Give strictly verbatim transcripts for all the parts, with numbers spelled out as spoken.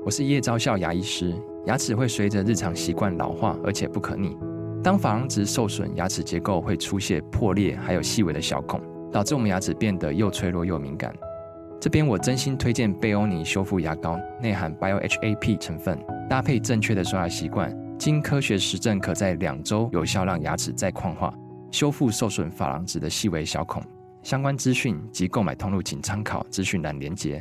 我是叶昭孝牙医师。牙齿会随着日常习惯老化，而且不可逆。当珐琅质受损，牙齿结构会出现破裂，还有细微的小孔，导致我们牙齿变得又脆弱又敏感。这边我真心推荐贝欧尼修复牙膏，内含 B I O H A P 成分，搭配正确的刷牙习惯，经科学实证可在两周有效让牙齿再矿化，修复受损珐琅质的细微小孔。相关资讯及购买通路请参考资讯栏连结。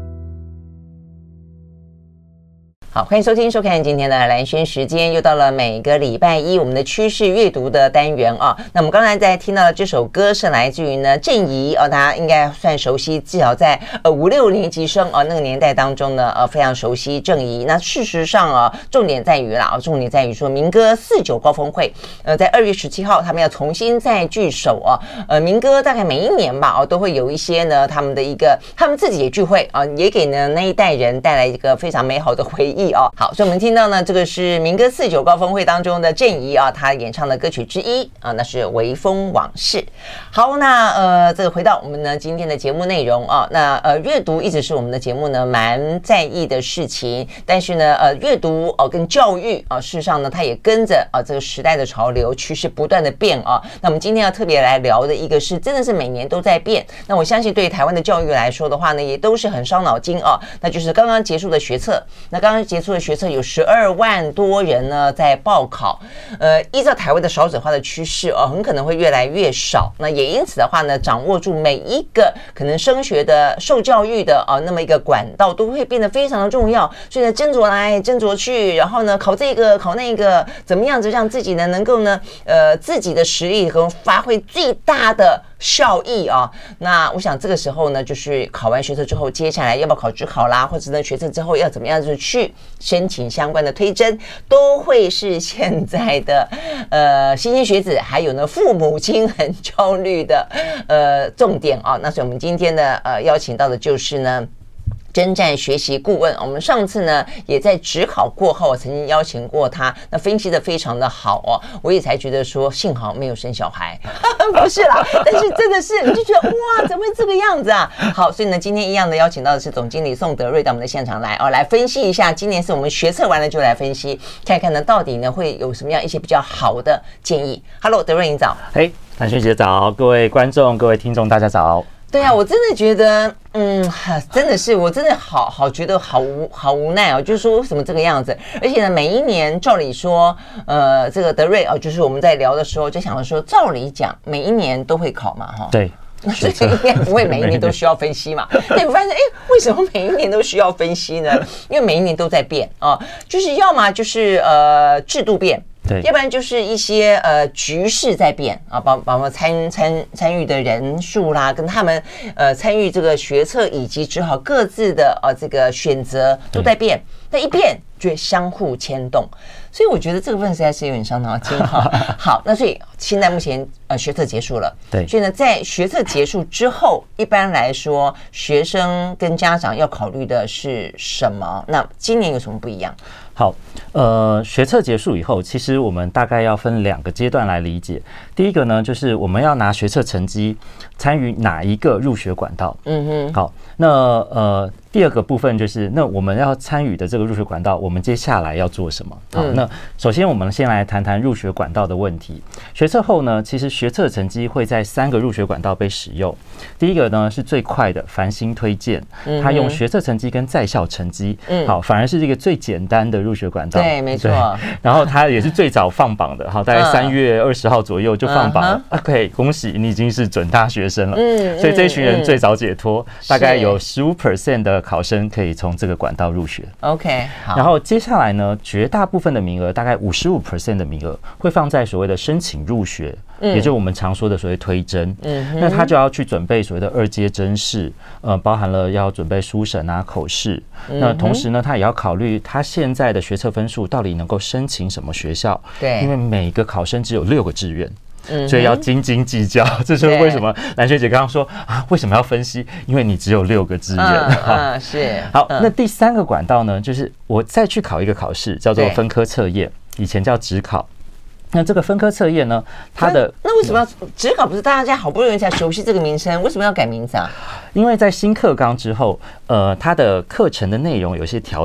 好，欢迎收听收看今天的蓝轩时间，又到了每个礼拜一我们的趋势阅读的单元啊。那我们刚才在听到的这首歌是来自于呢郑怡啊，大家应该算熟悉，至少在呃五六年级生啊那个年代当中呢，呃非常熟悉郑怡。那事实上啊，重点在于啦，重点在于说民歌四九高峰会，呃，在二月十七号他们要重新再聚首啊。呃，民歌大概每一年吧，哦，都会有一些呢他们的一个他们自己也聚会啊，也给呢那一代人带来一个非常美好的回忆。哦，好，所以我们听到呢，这个是民歌四九高峰会当中的郑怡啊，她演唱的歌曲之一啊，那是《微风往事》。好，那呃，这个回到我们呢今天的节目内容啊，那呃，阅读一直是我们的节目呢蛮在意的事情，但是呢，呃，阅读哦、呃、跟教育啊，事实上呢，它也跟着啊这个时代的潮流趋势不断的变啊。那我们今天要特别来聊的一个是，真的是每年都在变。那我相信对台湾的教育来说的话呢，也都是很伤脑筋啊。那就是刚刚结束的学测，那刚刚结束的学测有十二万多人呢在报考，呃，依照台湾的少子化的趋势哦，很可能会越来越少。那也因此的话呢，掌握住每一个可能升学的、受教育的啊、呃，那么一个管道都会变得非常的重要。所以呢，斟酌来斟酌去，然后呢，考这个考那个，怎么样子让自己呢能够呢，呃，自己的实力和发挥最大的效益啊。那我想这个时候呢，就是考完学测之后，接下来要不要考指考啦，或者呢学测之后要怎么样子去申请相关的推甄，都会是现在的呃新鲜学子还有呢父母亲很焦虑的呃重点啊。那所以我们今天呢呃邀请到的就是呢征战学习顾问，我们上次呢也在指考过后，我曾经邀请过他，那分析的非常的好哦，我也才觉得说幸好没有生小孩，不是啦，但是真的是你就觉得哇，怎么会这个样子啊？好，所以呢今天一样的邀请到的是总经理宋德瑞到我们的现场来哦，来分析一下，今年是我们学测完了就来分析，看看呢到底呢会有什么样一些比较好的建议。Hello， 德瑞你早。 嘿，蓝轩姐早，各位观众、各位听众，大家早。 对啊，我真的觉得，嗯，真的是，我真的好好觉得好无好无奈哦，就是说为什么这个样子？而且呢，每一年照理说，呃，这个德瑞哦，就是我们在聊的时候就想说，照理讲，每一年都会考嘛，哈。 对。 所以应该不会每一年都需要分析嘛？那你发现，哎，为什么每一年都需要分析呢？因为每一年都在变啊，就是要么就是呃制度变。 对， 要不然就是一些呃局势在变啊，包包括参参参与的人数啦，跟他们呃参与这个学测以及只好各自的呃这个选择都在变，那一变就会相互牵动，所以我觉得这个部分实在是有点伤脑筋哈。好，那所以现在目前呃学测结束了， 对， 所以呢在学测结束之后，一般来说学生跟家长要考虑的是什么？那今年有什么不一样？ 好，呃，学测结束以后，其实我们大概要分两个阶段来理解。第一个呢，就是我们要拿学测成绩参与哪一个入学管道。嗯哼。好，那呃，第二个部分就是，那我们要参与的这个入学管道，我们接下来要做什么？好，那首先我们先来谈谈入学管道的问题。学测后呢，其实学测成绩会在三个入学管道被使用。第一个呢是最快的繁星推荐，它用学测成绩跟在校成绩，嗯，好，反而是这个最简单的入学管道。 对，没错。 然后它也是最早放榜的，好，大概三月二十号左右就放榜了。嗯、OK， 恭喜你已经是准大学生了。嗯，所以这一群人最早解脱，嗯、大概有十五 percent 的考生可以从这个管道入学。 OK， 好。 然后接下来呢，绝大部分的名额，大概五十五 percent 的名额会放在所谓的申请入学。嗯、也就是我们常说的所谓推甄，嗯，那他就要去准备所谓的二阶甄试，呃，包含了要准备书审啊、口试，嗯、那同时呢，他也要考虑他现在的学测分数到底能够申请什么学校，对，因为每个考生只有六个志愿。嗯、所以要斤斤计较，这就是为什么蓝学姐刚刚说啊，为什么要分析？因为你只有六个志愿。 嗯，嗯是。 好，嗯、那第三个管道呢，就是我再去考一个考试，叫做分科测验，以前叫指考。那这个分科测验呢，它的那为什么要指考？不是大家好不容易才熟悉这个名称，为什么要改名字啊？ 因为在新课纲之后，呃，它的课程的内容有些调整。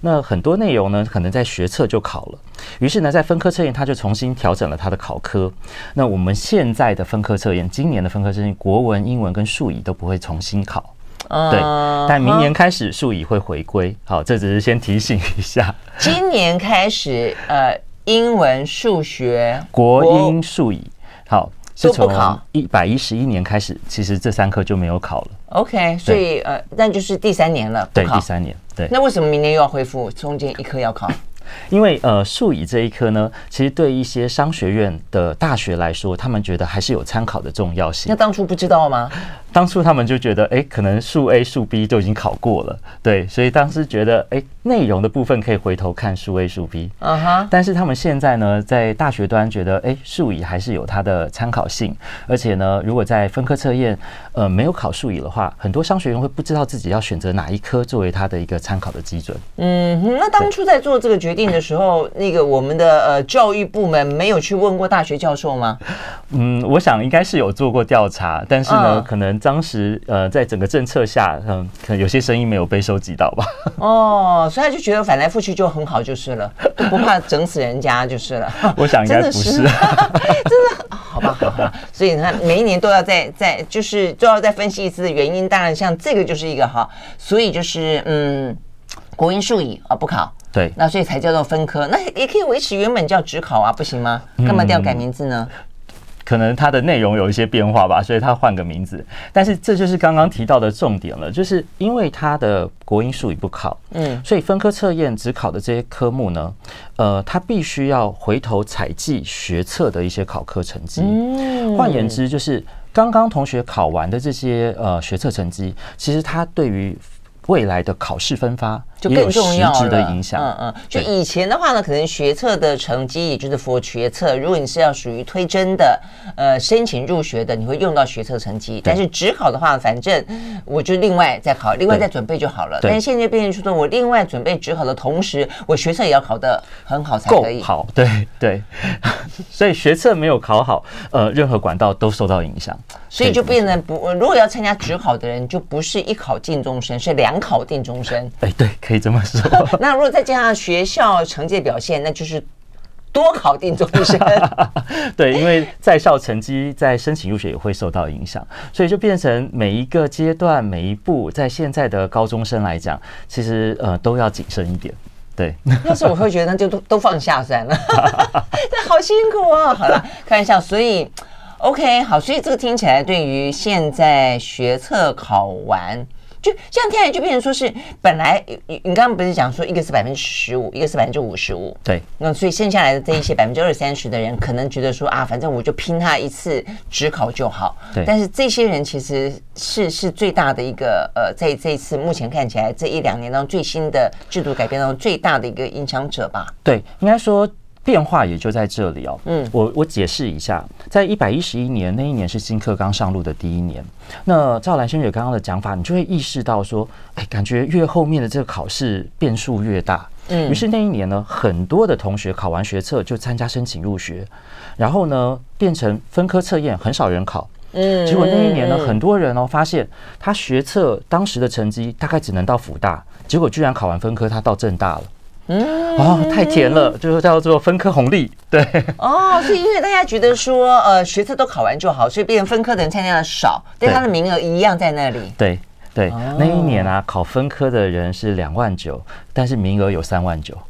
那很多内容呢，可能在学测就考了。于是呢，在分科测验，他就重新调整了他的考科。那我们现在的分科测验，今年的分科测验，国文、英文跟数乙都不会重新考。对，但明年开始数乙会回归。好，这只是先提醒一下。 今年开始，呃，英文、数学、 国英数乙，好。是都不考， 一百一十一年开始，其实这三科就没有考了。 OK， 所以呃，那就是第三年了， 对，第三年，对。 那为什么明年又要恢复？中间一科要考？ 因为呃，数乙这一科呢，其实对一些商学院的大学来说，他们觉得还是有参考的重要性。 那当初不知道吗？ 当初他们就觉得，哎，可能数 A、数 B 都已经考过了，对，所以当时觉得，哎，内容的部分可以回头看数 A、数 B。嗯哼。但是他们现在呢，在大学端觉得，哎，数乙还是有它的参考性，而且呢，如果在分科测验，呃，没有考数乙的话，很多商学院会不知道自己要选择哪一科作为他的一个参考的基准。 嗯哼，那当初在做这个决定的时候，那个我们的呃教育部门没有去问过大学教授吗？ 嗯，我想应该是有做过调查，但是呢，嗯、可能当时呃在整个政策下，嗯，可能有些声音没有被收集到吧。 哦，所以他就觉得反来覆去就很好就是了，都不怕整死人家就是了。 我想应该不是， 真的好吧，好吧。所以他每一年都要再再就是都要再分析一次的原因，当然像这个就是一个哈，所以就是嗯，国英数乙啊不考。 对， 那所以才叫做分科，那也可以维持原本叫指考啊，不行吗？干嘛都要改名字呢？ 嗯，可能它的内容有一些变化吧，所以它换个名字。但是这就是刚刚提到的重点了，就是因为它的国英数乙不考，嗯，所以分科测验只考的这些科目呢，呃，它必须要回头采集学测的一些考科成绩。嗯，换言之，就是刚刚同学考完的这些呃学测成绩，其实它对于未来的考试分发就更重要了， 实质的影响。 嗯嗯，就以前的话呢，可能学测的成绩也就是 for 学测，如果你是要属于推甄的，呃，申请入学的，你会用到学测成绩。但是指考的话，反正我就另外再考，另外再准备就好了。但是现在变成说，我另外准备指考的同时，我学测也要考得很好才可以。 够好，对对。所以学测没有考好，呃，任何管道都受到影响。 所以就变成不，如果要参加指考的人，就不是一考定终身，是两考定终身。 哎，对，可以这么说。 那如果再加上学校成绩的表现，那就是多考定终身。 对，因为在校成绩在申请入学也会受到影响，所以就变成每一个阶段每一步，在现在的高中生来讲，其实呃都要谨慎一点。对， 要是我会觉得那就都都放下算了，这好辛苦啊。好了，开玩笑，所以。OK， 好，所以这个听起来对于现在学测考完，就这样听起来就变成说是本来你刚刚不是讲说一个是百分之十五，一个是百分之五十五， 对， 那所以剩下来的这一些百分之二三十的人，可能觉得说啊，反正我就拼他一次指考就好， 对， 但是这些人其实是是最大的一个呃，在这一次目前看起来这一两年当中最新的制度改变当中最大的一个影响者吧？ 对，应该说。变化也就在这里哦。嗯，我我解释一下，在一百一十一年那一年是新课纲上路的第一年。那照蓝轩姐刚刚的讲法，你就会意识到说，哎，感觉越后面的这个考试变数越大。嗯，于是那一年呢，很多的同学考完学测就参加申请入学，然后呢变成分科测验很少人考。嗯，结果那一年呢，很多人哦发现他学测当时的成绩大概只能到辅大，结果居然考完分科他到政大了。嗯，哦，太甜了，就是叫做分科红利，对。 哦，是因为大家觉得说，呃，学测都考完就好，所以变成分科的人参加的少，但他的名额一样在那里。 对对，哦、那一年啊，考分科的人是两万九，但是名额有三万九。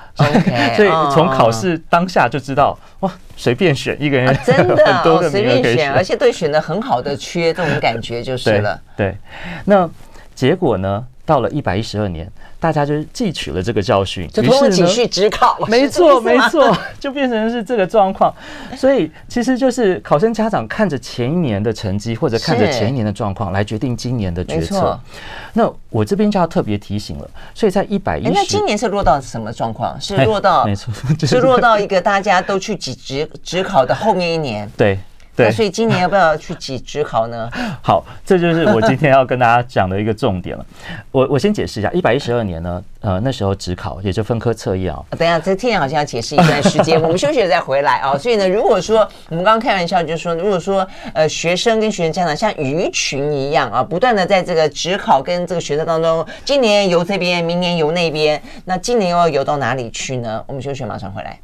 OK， 所以从考试当下就知道，哇，随便选一个人， 啊、真的很多个名额可以选， 而且对选的很好的缺，这种感觉就是了。 对，对那结果呢？到了一百一十二年，大家就是汲取了这个教训， 就通过继续指考， 没错没错，就变成是这个状况。所以其实就是考生家长看着前一年的成绩，或者看着前一年的状况来决定今年的决策。那我这边就要特别提醒了，所以在一百一十， 那今年是落到什么状况？是落到没错， 是落到一个大家都去指指考的后面一年。 对。 对，那所以今年要不要去挤指考呢？ 好，这就是我今天要跟大家讲的一个重点了。我我先解释一下，一百一十二年呢，呃，那时候指考也就分科测验啊。 等一下，这听起来好像要解释一段时间，我们休息了再回来啊。所以呢，如果说我们刚刚开玩笑，就是说，如果说呃学生跟学生家长像鱼群一样啊，不断的在这个指考跟这个学测当中，今年游这边，明年游那边，那今年又要游到哪里去呢？我们休息，马上回来。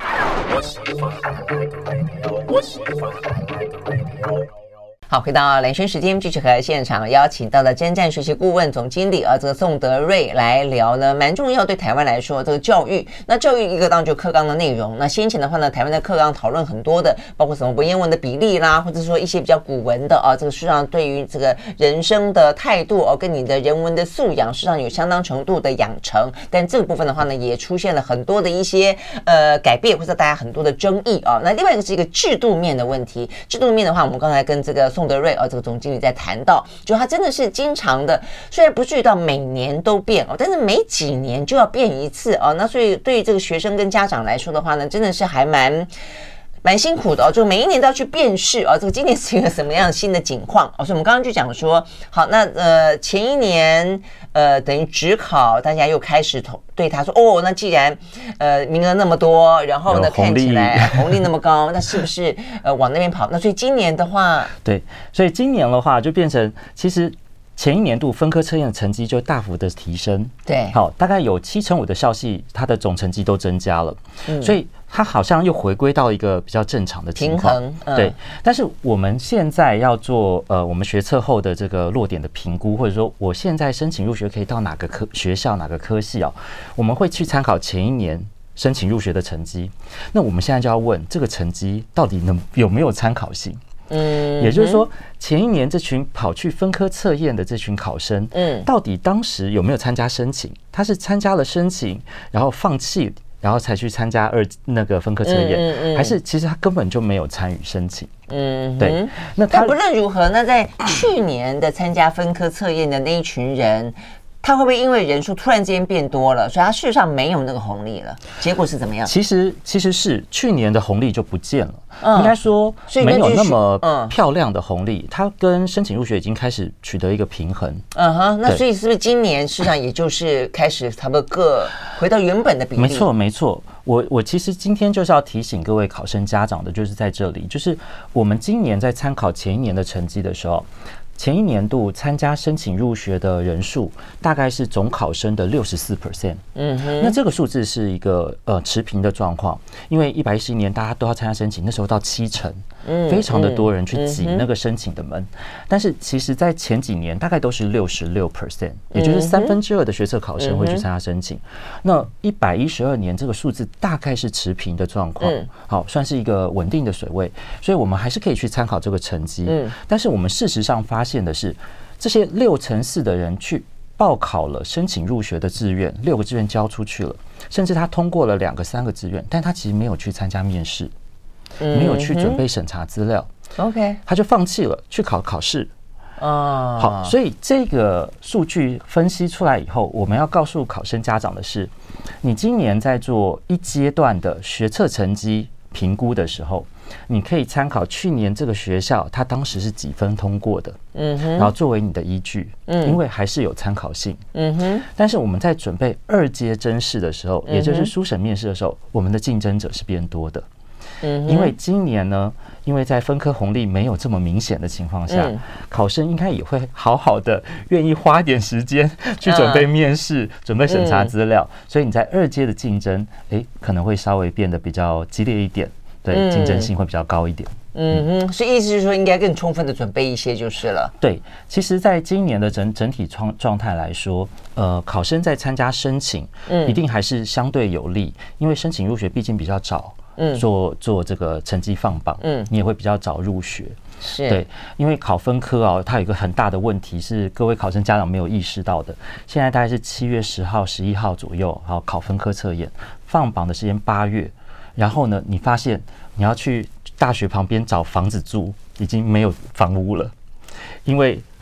好，回到蓝轩时间，继续和现场邀请到了征战学习顾问总经理啊，这个宋德瑞来聊呢，蛮重要对台湾来说，这个教育。那教育一个当然就课纲的内容。那先前的话呢，台湾的课纲讨论很多的，包括什么文言文的比例啦，或者说一些比较古文的啊，这个事实上对于这个人生的态度哦，跟你的人文的素养，事实上有相当程度的养成。但这个部分的话呢，也出现了很多的一些呃改变，或者大家很多的争议啊。那另外一个是一个制度面的问题。制度面的话，我们刚才跟这个宋德瑞哦，这个总经理在谈到，就他真的是经常的，虽然不至于到每年都变哦，但是每几年就要变一次哦。那所以对于这个学生跟家长来说的话呢，真的是还蛮蛮辛苦的哦，就每一年都要去辨识哦，这个今年是一个什么样新的景况哦。所以我们刚刚就讲说，好，那呃前一年呃等于指考，大家又开始对他说，哦，那既然呃名额那么多，然后呢看起来红利那么高，那是不是呃往那边跑？那所以今年的话， 对，所以今年的话就变成其实。前一年度分科测验的成绩就大幅的提升， 对， 好，大概有七成五的校系它的总成绩都增加了，嗯，所以它好像又回归到一个比较正常的情况，平衡，嗯，对。但是我们现在要做呃，我们学测后的这个落点的评估，或者说我现在申请入学可以到哪个科学校哪个科系啊，我们会去参考前一年申请入学的成绩。那我们现在就要问，这个成绩到底能有没有参考性？嗯，也就是说，前一年这群跑去分科测验的这群考生，嗯，到底当时有没有参加申请？他是参加了申请，然后放弃，然后才去参加二那个分科测验，嗯嗯嗯，还是其实他根本就没有参与申请？嗯，对。 那他不论如何，那在去年的参加分科测验的那一群人。他会不会因为人数突然之间变多了，所以他事实上没有那个红利了？结果是怎么样？ 其实其实是去年的红利就不见了，嗯，应该说没有那么漂亮的红利，它跟申请入学已经开始取得一个平衡。嗯哼，那所以是不是今年事实上也就是开始差不多各回到原本的比例？ 没错没错，我我其实今天就是要提醒各位考生家长的，就是在这里，就是我们今年在参考前一年的成绩的时候。前一年度参加申请入学的人数大概是总考生的 百分之六十四， 嗯哼，那这个数字是一个呃持平的状况，因为一百一十一年大家都要参加申请，那时候到七成，非常的多人去挤那个申请的门，但是其实在前几年大概都是 百分之六十六， 也就是三分之二的学测考生会去参加申请，那一百一十二年这个数字大概是持平的状况，好，算是一个稳定的水位，所以我们还是可以去参考这个成绩，但是我们事实上发现的是，这些六成四的人去报考了申请入学的志愿，六个志愿交出去了，甚至他通过了两个、三个志愿，但他其实没有去参加面试，没有去准备审查资料 ，OK， 他就放弃了去考考试。哦，好，所以这个数据分析出来以后，我们要告诉考生家长的是，你今年在做一阶段的学测成绩评估的时候。你可以参考去年这个学校他当时是几分通过的，嗯哼，然后作为你的依据，嗯，因为还是有参考性，嗯哼。但是我们在准备二阶甄试的时候，也就是书审面试的时候，我们的竞争者是变多的，嗯，因为今年呢，因为在分科红利没有这么明显的情况下，嗯，考生应该也会好好的愿意花点时间去准备面试，嗯，准备审查资料，嗯，所以你在二阶的竞争，哎，可能会稍微变得比较激烈一点。对，竞争性会比较高一点。 嗯哼，所以意思是说，应该更充分的准备一些就是了。 对，其实，在今年的整整体状状态来说，呃，考生在参加申请，嗯，一定还是相对有利，因为申请入学毕竟比较早，嗯，做做这个成绩放榜，嗯，你也会比较早入学。 是， 对，因为考分科啊，它有一个很大的问题是各位考生家长没有意识到的。现在大概是七月十号、十一号左右，好考分科测验，放榜的时间八月。然后呢，你发现你要去大学旁边找房子住，已经没有房屋了，因为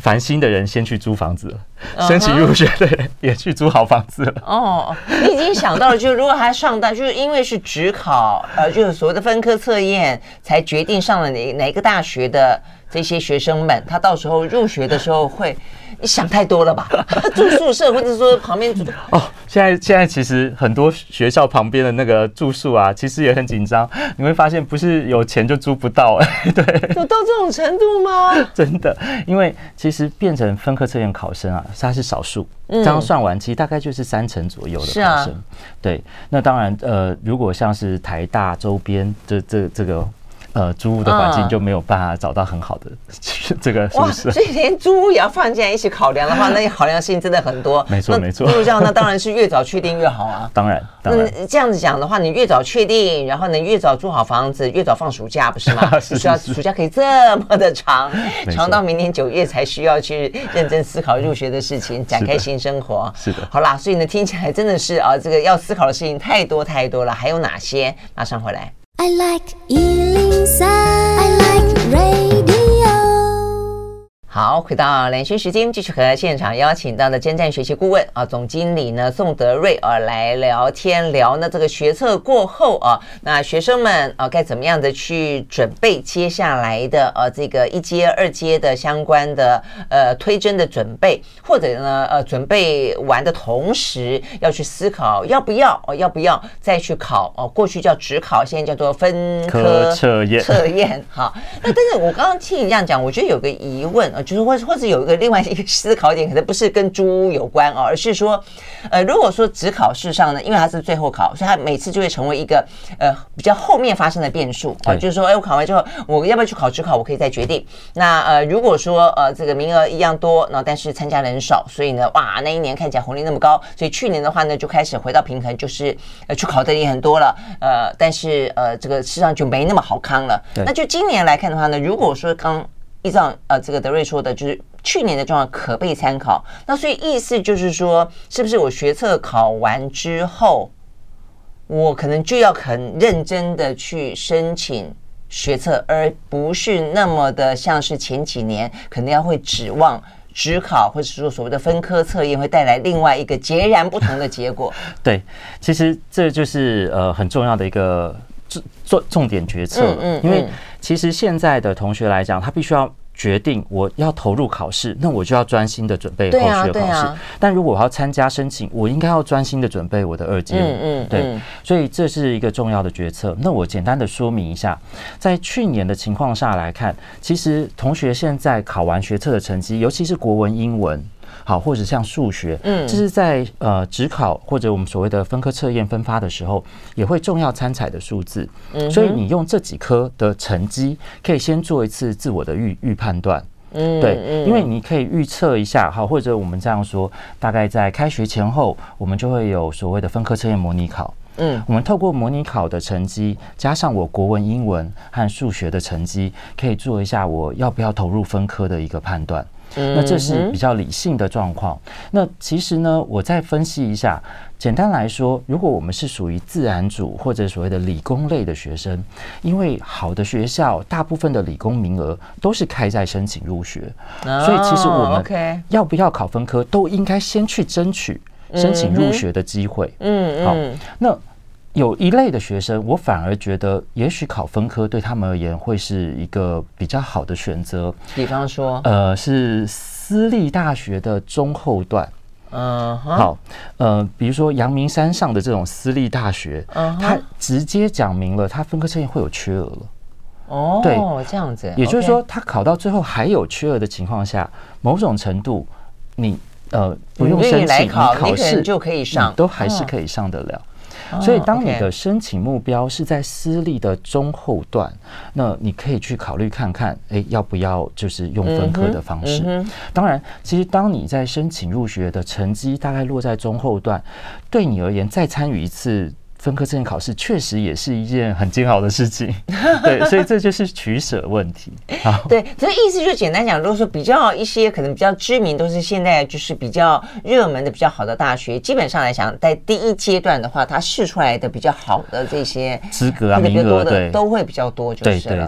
烦心的人先去租房子了，申请入学的人也去租好房子了。 哦，你已经想到了，就是如果他上大，就是因为是指考，呃，就是所谓的分科测验，才决定上了哪哪一个大学的这些学生们，他到时候入学的时候会，你想太多了吧？住宿舍或者说旁边住哦，现在现在其实很多学校旁边的那个住宿啊，其实也很紧张。你会发现，不是有钱就租不到、欸，对， 有到这种程度吗？ 真的，因为其实变成分科测验考生啊，它是少数。这样算完，其实大概就是三成左右的考生。啊、对，那当然，呃，如果像是台大周边这这这个。呃，租屋的环境就没有办法找到很好的、嗯、这个宿舍， 所以连租屋也要放进来一起考量的话，那考量性真的很多。 没错，没错。 那这样，那当然是越早确定越好啊。 当然，当然。 那这样子讲的话，你越早确定，然后呢，越早租好房子，越早放暑假，不是吗？是是是，需要暑假可以这么的长，长到明年九月才需要去认真思考入学的事情，展开新生活。 是的。 好啦，所以呢，听起来真的是啊，这个要思考的事情太多太多了。还有哪些？马上回来。I like 一零三 I like radio。 好，回到连续时间，继续和现场邀请到的征战学习顾问啊，总经理呢宋德瑞啊来聊天聊呢这个学测过后啊，那学生们啊该怎么样的去准备接下来的呃、啊、这个一阶二阶的相关的呃推甄的准备，或者呢呃准备完的同时要去思考要不要哦、啊、要不要再去考哦、啊，过去叫指考，现在叫做分科测验测验。好，那但是我刚刚听你这样讲，我觉得有个疑问啊。就是或或者有一个另外一个思考点，可能不是跟租屋有关哦，而是说，呃，如果说指考试上呢，因为它是最后考，所以它每次就会成为一个呃比较后面发生的变数啊、哦，就是说，哎，我考完之后，我要不要去考指考，我可以再决定。那呃，如果说呃这个名额一样多，那但是参加人少，所以呢，哇，那一年看起来红利那么高，所以去年的话呢，就开始回到平衡，就是呃去考的也很多了，呃，但是呃这个事实上就没那么好康了。那就今年来看的话呢，如果说刚依照呃这个德瑞说的，就是去年的状况可被参考。那所以意思就是说，是不是我学测考完之后，我可能就要很认真的去申请学测，而不是那么的像是前几年可能要会指望指考或者说所谓的分科测验会带来另外一个截然不同的结果。 对，其实这就是呃很重要的一个重重点决策了，嗯嗯嗯，因为其实现在的同学来讲，他必须要决定我要投入考试，那我就要专心的准备后续的考试。啊啊、但如果我要参加申请，我应该要专心的准备我的二阶。嗯嗯，对，所以这是一个重要的决策。那我简单的说明一下，在去年的情况下来看，其实同学现在考完学测的成绩，尤其是国文、英文。好，或者像数学，嗯，这是在呃指考或者我们所谓的分科测验分发的时候，也会重要参采的数字。嗯，所以你用这几科的成绩，可以先做一次自我的预预判断。嗯，对，因为你可以预测一下，好，或者我们这样说，大概在开学前后，我们就会有所谓的分科测验模拟考。嗯，我们透过模拟考的成绩，加上我国文、英文和数学的成绩，可以做一下我要不要投入分科的一个判断。那这是比较理性的状况。那其实呢，我再分析一下，简单来说，如果我们是属于自然组或者所谓的理工类的学生，因为好的学校大部分的理工名额都是开在申请入学，所以其实我们要不要考分科，都应该先去争取申请入学的机会。嗯，好，那有一类的学生，我反而觉得，也许考分科对他们而言会是一个比较好的选择。 比方说， 呃，是私立大学的中后段。嗯，好，呃，比如说阳明山上的这种私立大学，嗯，它直接讲明了，它分科测验会有缺额了。 哦，对，这样子， 也就是说，他考到最后还有缺额的情况下，某种程度，你呃不用申请，你考试就可以上， 都还是可以上得了。所以，当你的申请目标是在私立的中后段，那你可以去考虑看看，哎，要不要就是用分科的方式。嗯嗯、当然，其实当你在申请入学的成绩大概落在中后段，对你而言，再参与一次分科测验考试，确实也是一件很煎熬的事情。对，所以这就是取舍问题。 对，这意思就简单讲，如果说比较一些可能比较知名，都是现在就是比较热门的、比较好的大学，基本上来讲，在第一阶段的话，它试出来的比较好的这些资格啊、名额，对， 都会比较多，就是了。 对对对。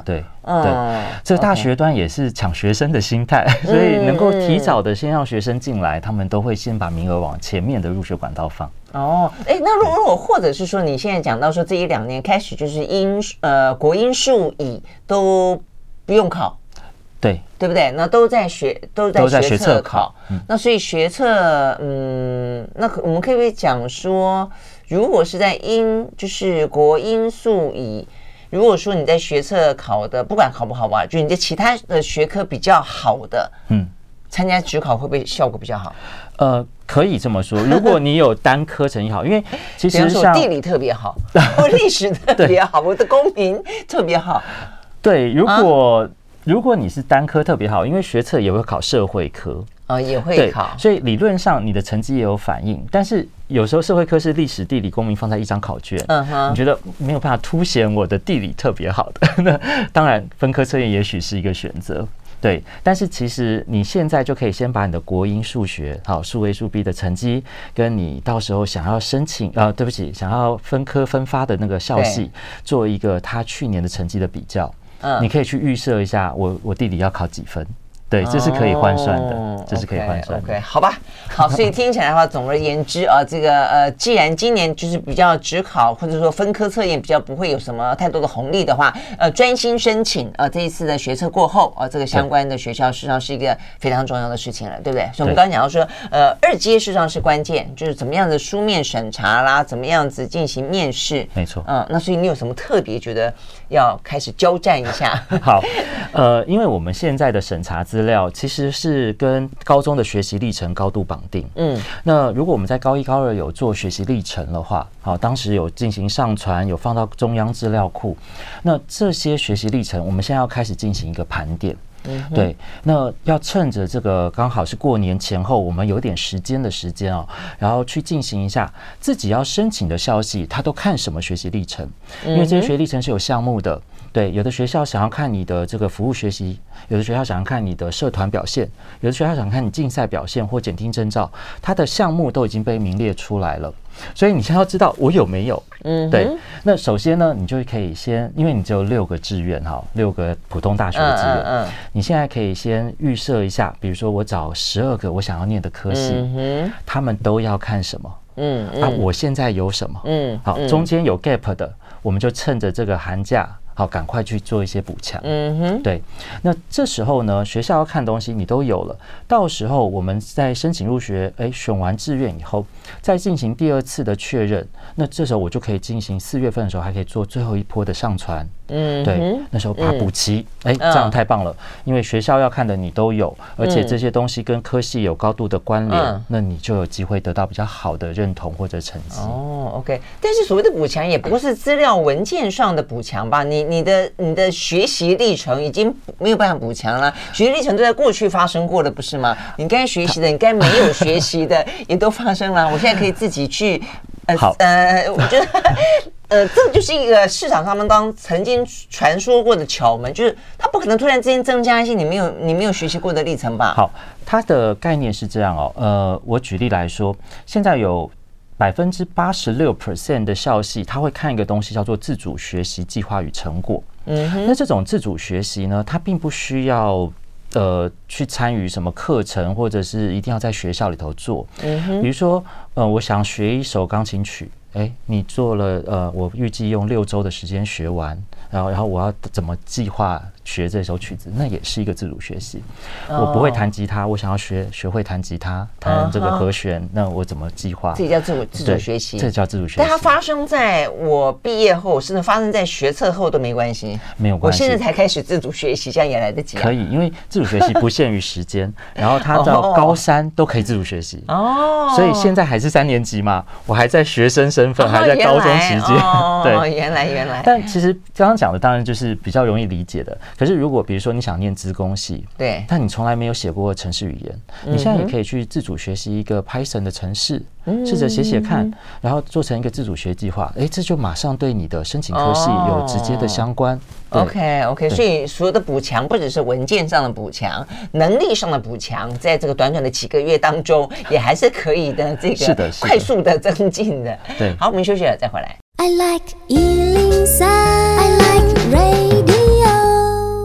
嗯，对，这个大学端也是抢学生的心态，所以能够提早的先让学生进来，他们都会先把名额往前面的入学管道放。 哦，哎，那如果或者是说你现在讲到说这一两年开始就是英呃国英数乙都不用考， 对对不对？那都在学都在学测考， 嗯、 那所以学测，嗯，那我们可不可以讲说，如果是在英就是国英数乙，如果说你在学测考的，不管好不好吧，就你在其他的学科比较好的，嗯，参加指考会不会效果比较好？ 呃，可以这么说。如果你有单科成绩好，因为其实像地理特别好，或历史特别好，我的公民特别好。 对，如果、啊、如果你是单科特别好，因为学测也会考社会科。 哦，也会考， 所以理论上你的成绩也有反应，但是有时候社会科是历史、地理、公民放在一张考卷，嗯哼，你觉得没有办法凸显我的地理特别好的，那当然分科测验也许是一个选择，对。但是其实你现在就可以先把你的国英数学、好数 A 数 B 的成绩，跟你到时候想要申请呃，对不起，想要分科分发的那个校系，做一个他去年的成绩的比较，嗯，你可以去预设一下我，我我地理要考几分。对，这是可以换算的，哦、这是可以换算的。 OK， 好吧，好，所以听起来的话，总而言之啊，这个呃，既然今年就是比较指考或者说分科测验比较不会有什么太多的红利的话，呃，专心申请呃这一次的学测过后啊，这个相关的学校事实上是一个非常重要的事情了，对不对？所以我们刚刚讲到说，呃，二阶事实上是关键，就是怎么样的书面审查啦，怎么样子进行面试， 没错。 嗯，那所以你有什么特别觉得要开始交战一下？ 好，呃，因为我们现在的审查资料其实是跟高中的学习历程高度绑定。嗯，那如果我们在高一、高二有做学习历程的话，好，当时有进行上传，有放到中央资料库，那这些学习历程，我们现在要开始进行一个盘点。嗯、对，那要趁着这个刚好是过年前后，我们有点时间的时间哦，然后去进行一下自己要申请的校系，他都看什么学习历程？因为这些学习历程是有项目的。对，有的学校想要看你的这个服务学习，有的学校想要看你的社团表现，有的学校想看你竞赛表现或检定证照，它的项目都已经被名列出来了。所以你现在要知道我有没有，嗯，对。那首先呢，你就可以先，因为你只有六个志愿哈，六个普通大学的志愿，嗯嗯，你现在可以先预设一下，比如说我找十二个我想要念的科系，嗯，他们都要看什么？嗯，啊，我现在有什么？嗯，好，中间有 gap 的，我们就趁着这个寒假。好，赶快去做一些补强。嗯哼，对。那这时候呢，学校要看东西你都有了，到时候我们在申请入学，哎，选完志愿以后，再进行第二次的确认。那这时候我就可以进行四月份的时候，还可以做最后一波的上传。嗯，对，那时候把补齐，哎、嗯，这样太棒了，因为学校要看的你都有，而且这些东西跟科系有高度的关联，嗯、那你就有机会得到比较好的认同或者成绩。 哦 ，OK， 但是所谓的补强也不是资料文件上的补强吧？你你的你的学习历程已经没有办法补强了，学习历程都在过去发生过了，不是吗？你该学习的，你该没有学习的也都发生了，我现在可以自己去。 呃，好， 呃，我觉得，呃，这就是一个市场上面刚曾经传说过的巧门，就是它不可能突然之间增加一些你没有你没有学习过的历程吧？ 好，它的概念是这样哦，呃，我举例来说，现在有百分之八十六 percent 的校系，他会看一个东西叫做自主学习计划与成果。嗯哼，那这种自主学习呢，它并不需要。呃，去参与什么课程，或者是一定要在学校里头做。嗯哼，比如说，呃，我想学一首钢琴曲，哎，你做了，呃，我预计用六周的时间学完，然后，然后我要怎么计划学这首曲子，那也是一个自主学习。哦、我不会弹吉他，我想要学学会弹吉他，弹这个和弦，哦、那我怎么计划？ 这叫自主自主学习， 这叫自主学习。 但它发生在我毕业后，甚至发生在学测后都没关系， 没有关系。 我现在才开始自主学习，这样也来得及、啊。 可以，因为自主学习不限于时间，然后它到高三都可以自主学习。哦，所以现在还是三年级嘛，我还在学生身份，哦、还在高中期间。 哦，对，原来原来。 但其实刚刚讲的当然就是比较容易理解的。可是如果比如说你想念资工系， 对， 但你从来没有写过程式语言，你现在也可以去自主学习一个 Python 的程式，试着写写看，然后做成一个自主学计划，哎，这就马上对你的申请科系有直接的相关。 哦、OK OK， 所以所有的补强不只是文件上的补强，能力上的补强，在这个短短的几个月当中，也还是可以的，这个快速的增进的。 对， 好，我们休息了再回来。 I like one oh three, I like radio。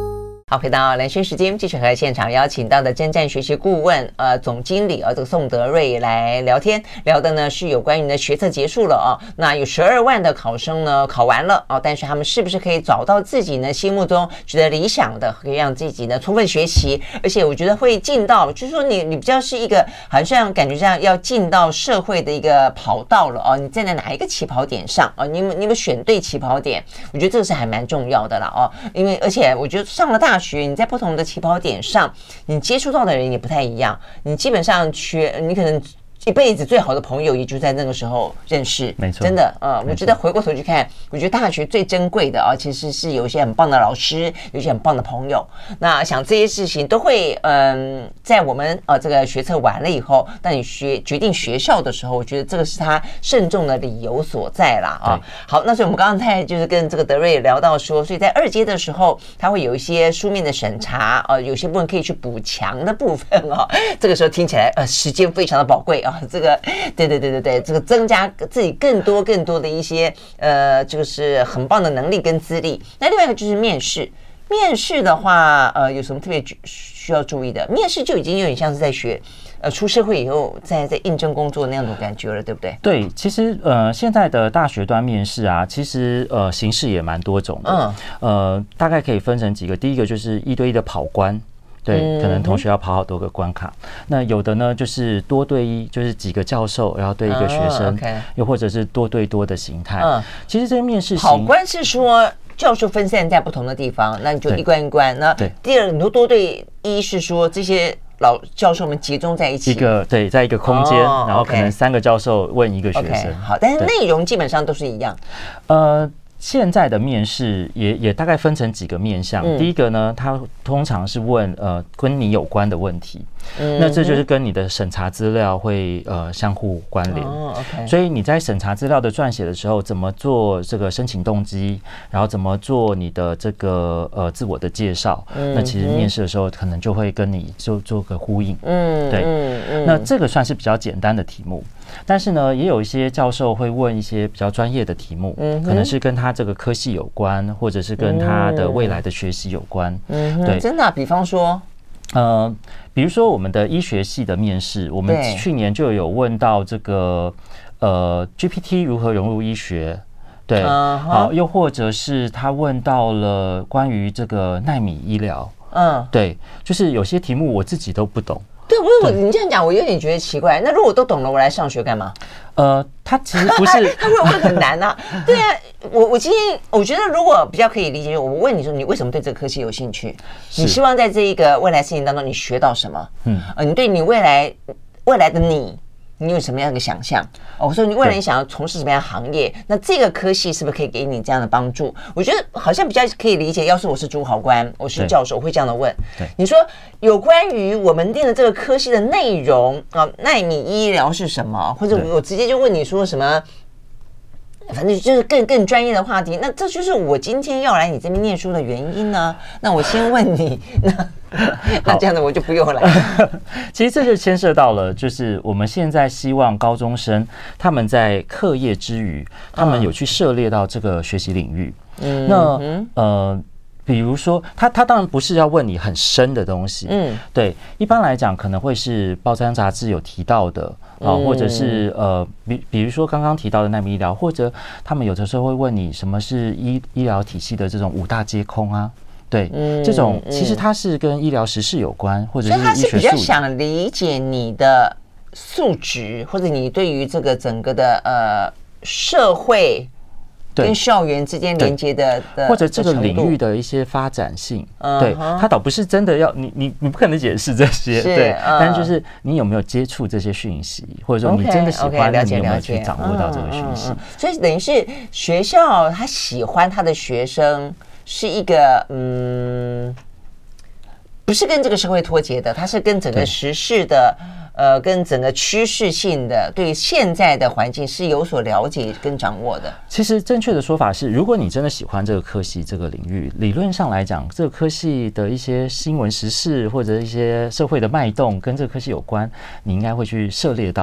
好，回到蓝轩时间，继续和现场邀请到的征战学习顾问呃总经理呃这个宋德瑞来聊天，聊的呢是有关于呢学测结束了哦，那有十二万的考生呢考完了哦，但是他们是不是可以找到自己呢心目中觉得理想的，可以让自己呢充分学习，而且我觉得会进到，就是说你你比较是一个好像感觉上要进到社会的一个跑道了哦，你站在哪一个起跑点上哦，你有你有没有选对起跑点？我觉得这个是还蛮重要的啦哦，因为而且我觉得上了大学，你在不同的起跑点上，你接触到的人也不太一样。你基本上缺，你可能一辈子最好的朋友也就在那个时候认识， 没错， 真的，呃，我觉得回过头去看，我觉得大学最珍贵的啊，其实是有一些很棒的老师，有一些很棒的朋友。那想这些事情都会，嗯、呃，在我们呃这个学测完了以后，当你学决定学校的时候，我觉得这个是他慎重的理由所在啦啊。好，那所以我们刚刚才就是跟这个德瑞聊到说，所以在二阶的时候，他会有一些书面的审查，呃，有些部分可以去补强的部分哦。这个时候听起来，呃，时间非常的宝贵啊。这个对对对对对，这个增加自己更多更多的一些呃，就是很棒的能力跟资历。那另外一个就是面试，面试的话，呃，有什么特别需要注意的？面试就已经有点像是在学。呃，出社会以后在在应征工作那样的感觉了，对不对？ 对，其实呃，现在的大学端面试啊，其实呃形式也蛮多种的。嗯，呃，大概可以分成几个。第一个就是一对一的跑关。对，可能同学要跑好多个关卡。嗯、那有的呢，就是多对一，就是几个教授，然后对一个学生，哦 okay、又或者是多对多的形态。嗯，其实这个面试跑关是说教授分散在不同的地方，那你就一关一关。那第二，你多多对一是说这些老教授们集中在一起， 一个对，在一个空间，哦、然后可能三个教授问一个学生。 Okay, 好，但是内容基本上都是一样。 呃。现在的面试也也大概分成几个面向。嗯、第一个呢，它通常是问呃跟你有关的问题，嗯、那这就是跟你的审查资料会呃相互关联。哦 okay、所以你在审查资料的撰写的时候，怎么做这个申请动机，然后怎么做你的这个呃自我的介绍，嗯、那其实面试的时候可能就会跟你就做个呼应。嗯，对，嗯嗯、那这个算是比较简单的题目。但是呢，也有一些教授会问一些比较专业的题目，嗯、可能是跟他这个科系有关，或者是跟他的未来的学习有关。 嗯，对，真的、啊，比方说， 呃，比如说我们的医学系的面试，我们去年就有问到这个呃 G P T 如何融入医学。对，嗯、好，又或者是他问到了关于这个奈米医疗。嗯，对，就是有些题目我自己都不懂。 对，我你这样讲，我有点觉得奇怪。那如果我都懂了，我来上学干嘛？ 呃，他其实不是， 他会不会很难啊？对啊，我我今天我觉得如果比较可以理解，我问你说，你为什么对这个科系有兴趣？你希望在这一个未来事情当中，你学到什么？嗯，呃，你对你未来未来的你。你有什么样的想象？哦，我说你未来你想要从事什么样的行业？那这个科系是不是可以给你这样的帮助？我觉得好像比较可以理解。要是我是主考官，我是教授，我会这样的问。你说有关于我们念的这个科系的内容啊，奈米医疗是什么？或者我直接就问你说什么？反正就是更更专业的话题，那这就是我今天要来你这边念书的原因呢。那我先问你，那那这样的我就不用来。 其实这就牵涉到了，就是我们现在希望高中生他们在课业之余，他们有去涉猎到这个学习领域。嗯，那呃。比如说，他他当然不是要问你很深的东西，嗯，对，一般来讲可能会是报章杂志有提到的啊，或者是呃，比比如说刚刚提到的奈米医疗，或者他们有的时候会问你什么是医医疗体系的这种五大皆空啊，对，嗯、这种其实它是跟医疗时事有关，或者是医学术。所以他是比较想理解你的素质，或者你对于这个整个的呃社会。跟校园之间连接的，的或者这个领域的一些发展性，嗯、对，他倒不是真的要你，你你不可能解释这些，对，嗯、但就是你有没有接触这些讯息，或者说你真的喜欢， okay, okay, 你有没有去掌握到这个讯息？嗯嗯嗯、 所以等于是学校他喜欢他的学生是一个嗯，不是跟这个社会脱节的，他是跟整个时事的。呃，跟整个趋势性的对现在的环境是有所了解跟掌握的。 其实正确的说法是，如果你真的喜欢这个科系这个领域，理论上来讲，这个科系的一些新闻时事或者一些社会的脉动跟这个科系有关，你应该会去涉猎到。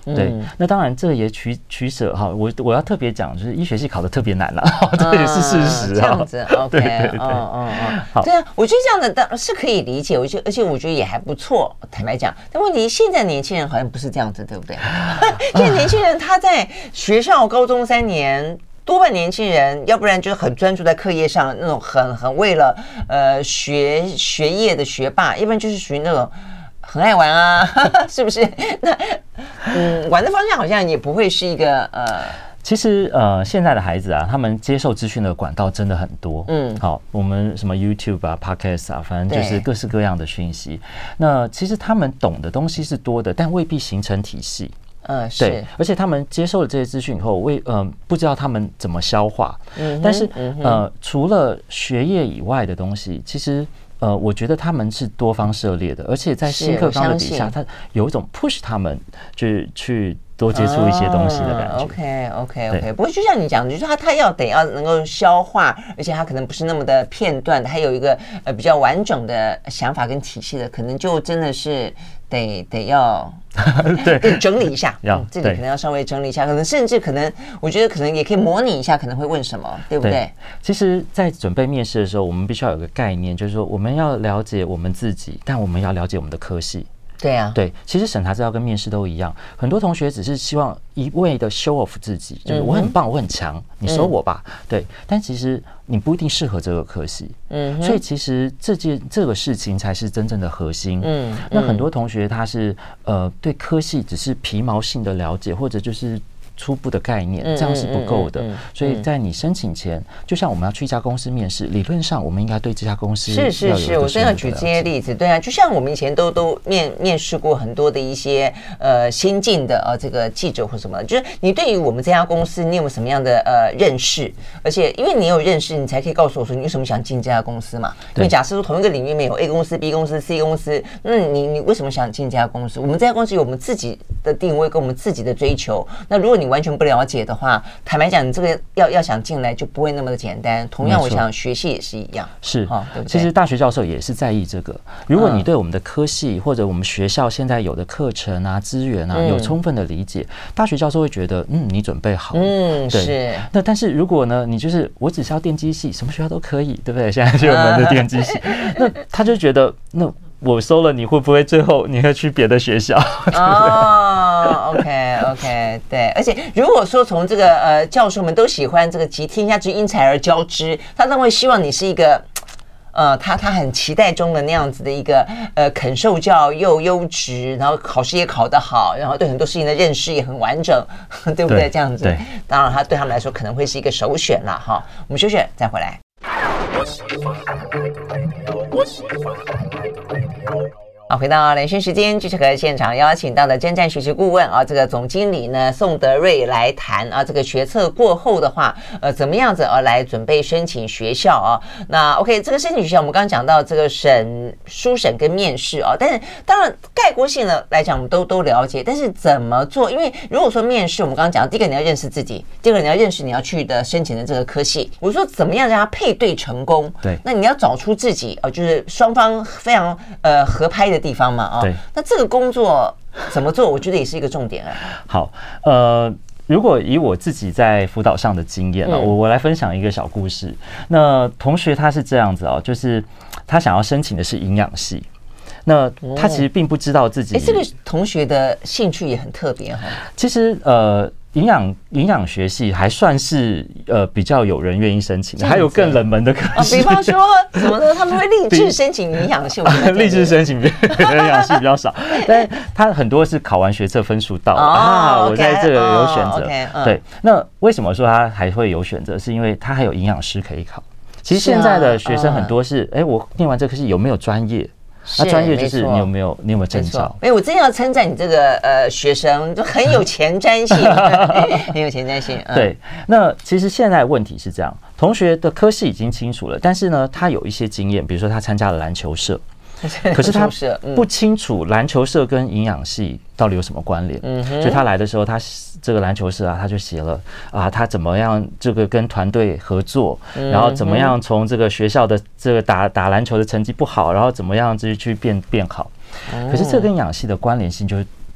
对，那当然这也取取舍哈，我我要特别讲，就是医学系考的特别难了，这也是事实。 这样子 ，OK， 对对对， 嗯嗯嗯，好，对啊，我觉得这样的当是可以理解，我觉得而且我觉得也还不错。坦白讲，但问题现在年轻人好像不是这样子，对不对？现在年轻人他在学校高中三年。多半年轻人，要不然就是很专注在课业上，那种很很为了呃学学业的学霸，要不然就是属于那种很爱玩啊，是不是？那嗯，玩的方向好像也不会是一个呃。 其实呃，现在的孩子啊，他们接受资讯的管道真的很多。嗯，好，我们什么 YouTube 啊、Podcast 啊，反正就是各式各样的讯息。那其实他们懂的东西是多的，但未必形成体系。 嗯，是， 对，而且他们接受了这些资讯以后，为嗯、呃、不知道他们怎么消化。嗯，但是、嗯、呃，除了学业以外的东西，其实呃，我觉得他们是多方涉猎的，而且在新课纲的底下，他有一种 push 他们去去多接触一些东西的感觉。 哦、OK OK OK， 不过就像你讲的，就是他他要得要能够消化，而且他可能不是那么的片段，他有一个呃比较完整的想法跟体系的，可能就真的是得得要。对，得整理一下，嗯，这里可能要稍微整理一下，可能甚至可能，我觉得可能也可以模拟一下，可能会问什么，对不对？对， 其实，在准备面试的时候，我们必须要有个概念，就是说我们要了解我们自己，但我们要了解我们的科系。 对啊， 对，其实审查资料跟面试都一样，很多同学只是希望一味的 show off 自己，就是我很棒，我很强，你收我吧。对，但其实你不一定适合这个科系，嗯，所以其实这件这个事情才是真正的核心。嗯，那很多同学他是呃对科系只是皮毛性的了解，或者就是初步的概念，这样是不够的。所以在你申请前，就像我们要去一家公司面试，理论上我们应该对这家公司是是是，我真的举这些例子，对啊，就像我们以前都都面面试过很多的一些呃新进的呃这个记者或什么，就是你对于我们这家公司，你有没有什么样的呃认识？而且因为你有认识，你才可以告诉我说你为什么想进这家公司嘛。因为假设说同一个领域里面有 A 公司、B 公司、C 公司，那你你为什么想进这家公司？我们这家公司有我们自己的定位跟我们自己的追求。那如果你完全不了解的话，坦白讲，你这个要要想进来就不会那么的简单。同样，我想学系也是一样， 是，哦、对不对？其实大学教授也是在意这个。如果你对我们的科系或者我们学校现在有的课程啊、资源啊有充分的理解，大学教授会觉得，嗯，你准备好了。 嗯，对是。 那但是如果呢，你就是我只是要电机系，什么学校都可以，对不对？现在就有我们的电机系，那他就觉得那。我收了你会不会最后你会去别的学校？ 哦 ，OK OK， 对，而且如果说从这个呃教授们都喜欢这个集天下之英才而教之，他都会希望你是一个呃他他很期待中的那样子的一个呃肯受教又优质，然后考试也考得好，然后对很多事情的认识也很完整，对不对？这样子，当然他对他们来说可能会是一个首选啦哈。我们休息再回来。好，回到连线时间，继续和现场邀请到的征战学习顾问啊，这个总经理呢宋德瑞来谈啊，这个学测过后的话，呃，怎么样子啊来准备申请学校啊？那 OK， 这个申请学校我们刚刚讲到这个审书审跟面试啊，但是当然概括性的来讲，我们都都了解，但是怎么做？因为如果说面试，我们刚刚讲，第一个你要认识自己，第二个你要认识你要去的申请的这个科系。我说怎么样让它配对成功？ 对， 那你要找出自己啊，就是双方非常呃合拍的地方嘛啊。 对， 那这个工作怎么做？我觉得也是一个重点啊。 好，呃。如果以我自己在辅导上的经验、嗯、我我来分享一个小故事。那同学他是这样子哦，就是他想要申请的是营养系，那他其实并不知道自己。哎、 欸，这个同学的兴趣也很特别哈。 其实呃。营养营养学系还算是呃比较有人愿意申请的，还有更冷门的科系、 哦，比方说什么呢？他们会立志申请营养系， 立志申请营养系比较少，但他很多是考完学测分数到、哦、啊， okay, 我在这个有选择。哦 okay, 嗯、对，那为什么说他还会有选择？是因为他还有营养师可以考。其实现在的学生很多是，哎、啊嗯，我念完这科系有没有专业？那专业就是你有没有你有没有证照？ 哎，我真要称赞你这个呃学生，就很有前瞻性，很有前瞻性。 嗯、对，那其实现在问题是这样，同学的科系已经清楚了，但是呢，他有一些经验，比如说他参加了篮球社。可是他不清楚篮球社跟营养系到底有什么关联，嗯、所以他来的时候，他这个篮球社啊，他就写了啊，他怎么样这个跟团队合作，嗯、然后怎么样从这个学校的这个打打篮球的成绩不好，然后怎么样去去变变好。可是这跟营养系的关联性就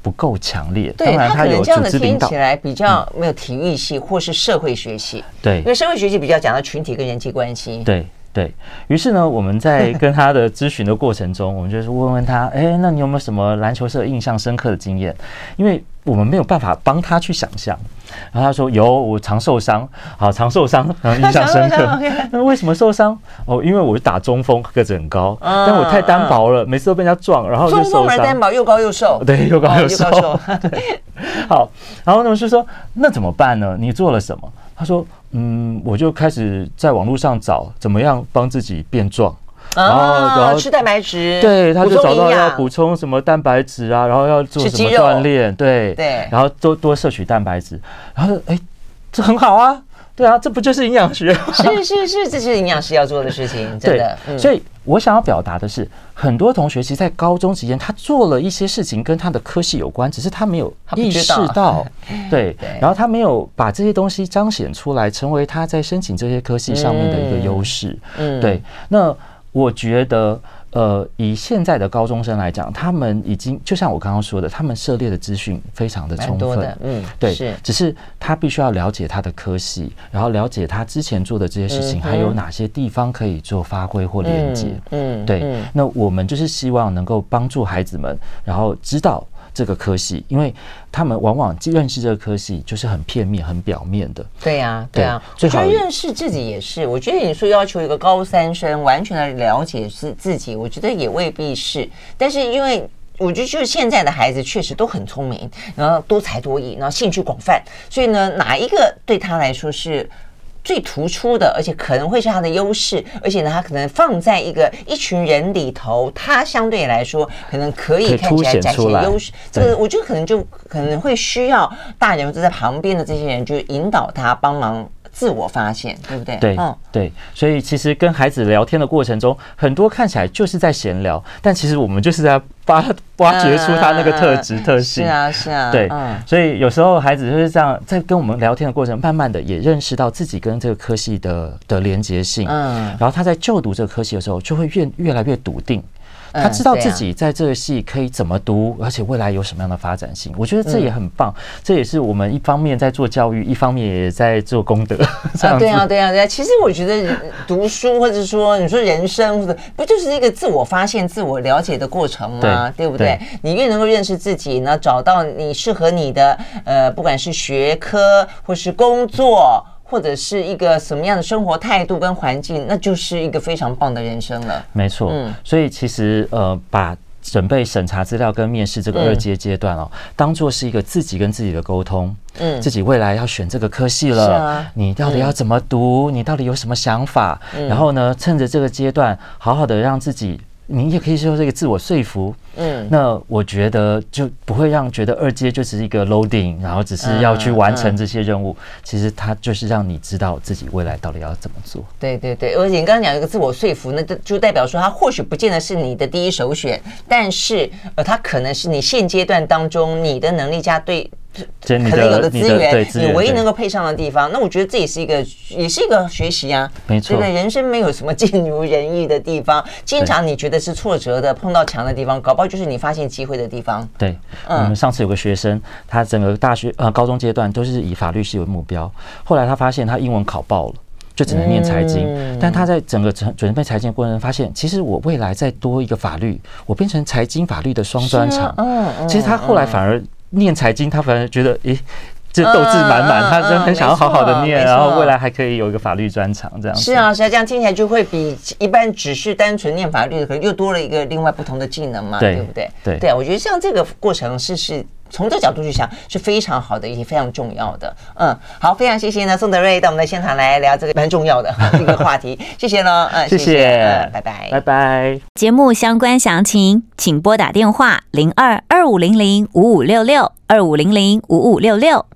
不够强烈。 对， 当然他有这样的组织领导， 听起来比较没有体育系或是社会学系。 对， 因为社会学系比较讲到群体跟人际关系。 对。对于是呢，我们在跟他的咨询的过程中，我们就是问问他，哎，那你有没有什么篮球社印象深刻的经验？因为我们没有办法帮他去想象。然后他说有，我常受伤，好常受伤，然后印象深刻。那为什么受伤？哦，因为我打中锋，个子很高，嗯、但我太单薄了，每次都被人家撞，然后就受伤。 中锋而单薄，又高又瘦。 对，又高又瘦。 哦、 好，然后呢就说那怎么办呢？你做了什么？他说。嗯，我就开始在网络上找怎么样帮自己变壮， 然后然后吃蛋白质， 对，他就找到要补充什么蛋白质啊，然后要做什么锻炼，对对，然后多多摄取蛋白质，然后哎，这很好啊，对啊，这不就是营养学？ 是是是，这是营养师要做的事情，真的。 嗯、所以我想要表达的是，很多同学其实在高中期间，他做了一些事情跟他的科系有关，只是他没有意识到，对，然后他没有把这些东西彰显出来，成为他在申请这些科系上面的一个优势。嗯，对。那我觉得。呃，以现在的高中生来讲，他们已经就像我刚刚说的，他们涉猎的资讯非常的充分，嗯，对，是，只是他必须要了解他的科系，然后了解他之前做的这些事情，还有哪些地方可以做发挥或连接，嗯，对，嗯、那我们就是希望能够帮助孩子们，然后知道这个科系，因为他们往往认识这个科系就是很片面、很表面的。 对呀、啊，对啊，我觉得认识自己也是。我觉得你说要求一个高三生完全的了解自自己，我觉得也未必是。但是因为我觉得就是现在的孩子确实都很聪明，然后多才多艺，然后兴趣广泛，所以呢，哪一个对他来说是最突出的，而且可能会是他的优势，而且呢，他可能放在一个一群人里头，他相对来说可能可以看起来展现优势。这个我觉得可能就可能会需要大人或者在旁边的这些人，就引导他帮忙自我发现，对不对？ 对，嗯，对。所以其实跟孩子聊天的过程中，很多看起来就是在闲聊，但其实我们就是在挖挖掘出他那个特质、嗯、特性。 是啊，是啊。 对、嗯，所以有时候孩子就是这样，在跟我们聊天的过程，慢慢的也认识到自己跟这个科系的的连结性。嗯，然后他在就读这个科系的时候，就会越越来越笃定。他知道自己在这个系可以怎么读，而且未来有什么样的发展性，我觉得这也很棒。嗯、这也是我们一方面在做教育，一方面也在做功德。 啊，对啊，对啊，对啊。其实我觉得读书，或者说你说人生，或者不就是一个自我发现、自我了解的过程吗？ 对, 对不对？对，你越能够认识自己呢，找到你适合你的呃，不管是学科或是工作，或者是一个什么样的生活态度跟环境，那就是一个非常棒的人生了。 没错，嗯，所以其实呃，把准备审查资料跟面试这个二阶阶段哦，嗯、当作是一个自己跟自己的沟通。嗯，自己未来要选这个科系了，啊、你到底要怎么读？嗯、你到底有什么想法？嗯、然后呢，趁着这个阶段，好好的让自己。你也可以说这个自我说服，嗯，那我觉得就不会让觉得二阶就只是一个 loading， 然后只是要去完成这些任务，嗯嗯、其实它就是让你知道自己未来到底要怎么做。 对对对，而且你刚刚讲一个自我说服，那就代表说它或许不见得是你的第一首选，但是呃，它可能是你现阶段当中你的能力加对。可能有的资源，你唯一能够配上的地方，那我觉得这也是一个，也是一个学习啊。 没错， 对，人生没有什么尽如人意的地方，经常你觉得是挫折的，碰到墙的地方，搞不好就是你发现机会的地方。 对，嗯，我们上次有个学生，他整个大学呃高中阶段都是以法律系为目标，后来他发现他英文考爆了。就只能念财经，嗯、但他在整个准备财经的过程中发现，其实我未来再多一个法律，我变成财经法律的双专长。嗯嗯、其实他后来反而念财经，他反而觉得，诶、欸，这斗志满满，他真的很想要好好的念，然后未来还可以有一个法律专长这样子。 是啊，是啊，这样听起来就会比一般只是单纯念法律的，可能又多了一个另外不同的技能嘛，对, 对不对？对，对啊，我觉得像这个过程是是。从这个角度去想是非常好的，也非常重要的。嗯，好，非常谢谢呢宋德瑞到我们的现场来聊这个蛮重要的这个话题，谢谢呢，嗯， 谢谢，谢谢嗯，拜拜， 拜拜。 节目相关详情，请拨打电话零二二五零零五五六六二五零零五五六六。